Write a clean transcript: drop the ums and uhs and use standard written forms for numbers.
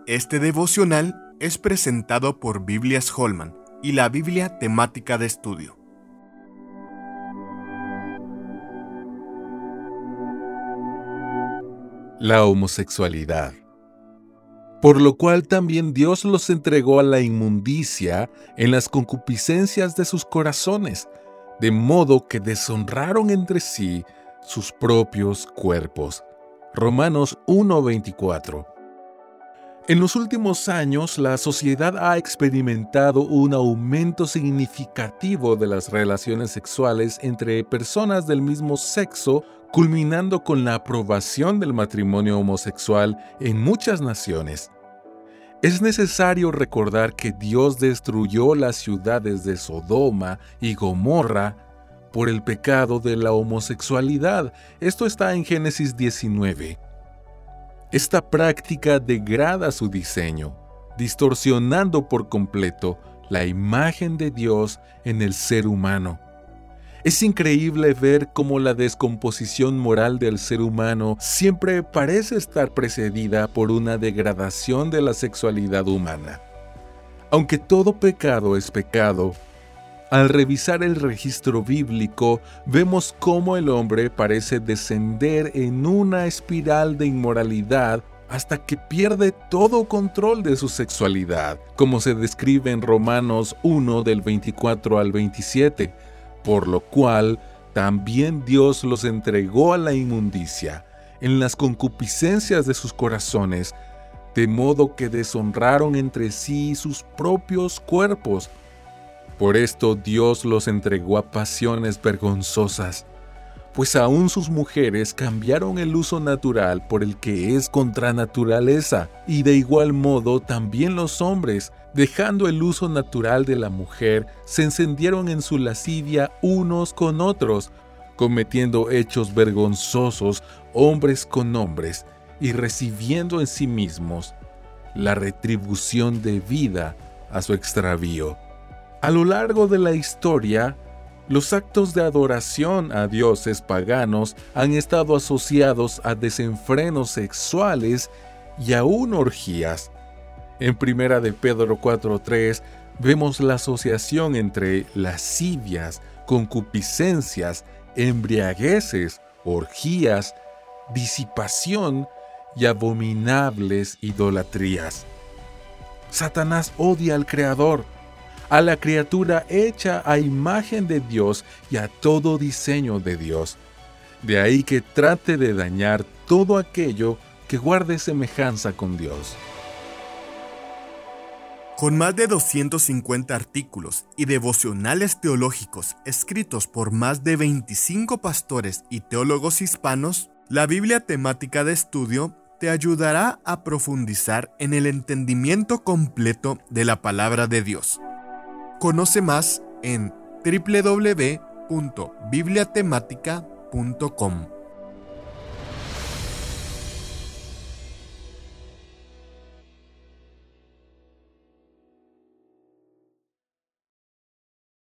Este devocional es presentado por Biblias Holman y la Biblia Temática de Estudio. La homosexualidad. Por lo cual también Dios los entregó a la inmundicia en las concupiscencias de sus corazones, de modo que deshonraron entre sí sus propios cuerpos. Romanos 1:24. En los últimos años, la sociedad ha experimentado un aumento significativo de las relaciones sexuales entre personas del mismo sexo, culminando con la aprobación del matrimonio homosexual en muchas naciones. Es necesario recordar que Dios destruyó las ciudades de Sodoma y Gomorra por el pecado de la homosexualidad. Esto está en Génesis 19. Esta práctica degrada su diseño, distorsionando por completo la imagen de Dios en el ser humano. Es increíble ver cómo la descomposición moral del ser humano siempre parece estar precedida por una degradación de la sexualidad humana. Aunque todo pecado es pecado, al revisar el registro bíblico, vemos cómo el hombre parece descender en una espiral de inmoralidad hasta que pierde todo control de su sexualidad, como se describe en Romanos 1 del 24 al 27, por lo cual también Dios los entregó a la inmundicia en las concupiscencias de sus corazones, de modo que deshonraron entre sí sus propios cuerpos. Por esto Dios los entregó a pasiones vergonzosas, pues aún sus mujeres cambiaron el uso natural por el que es contra naturaleza, y de igual modo también los hombres, dejando el uso natural de la mujer, se encendieron en su lascivia unos con otros, cometiendo hechos vergonzosos hombres con hombres, y recibiendo en sí mismos la retribución debida a su extravío. A lo largo de la historia, los actos de adoración a dioses paganos han estado asociados a desenfrenos sexuales y aún orgías. En 1 de Pedro 4:3 vemos la asociación entre lascivias, concupiscencias, embriagueces, orgías, disipación y abominables idolatrías. Satanás odia al Creador, a la criatura hecha a imagen de Dios y a todo diseño de Dios. De ahí que trate de dañar todo aquello que guarde semejanza con Dios. Con más de 250 artículos y devocionales teológicos escritos por más de 25 pastores y teólogos hispanos, la Biblia Temática de Estudio te ayudará a profundizar en el entendimiento completo de la palabra de Dios. Conoce más en www.bibliatematica.com.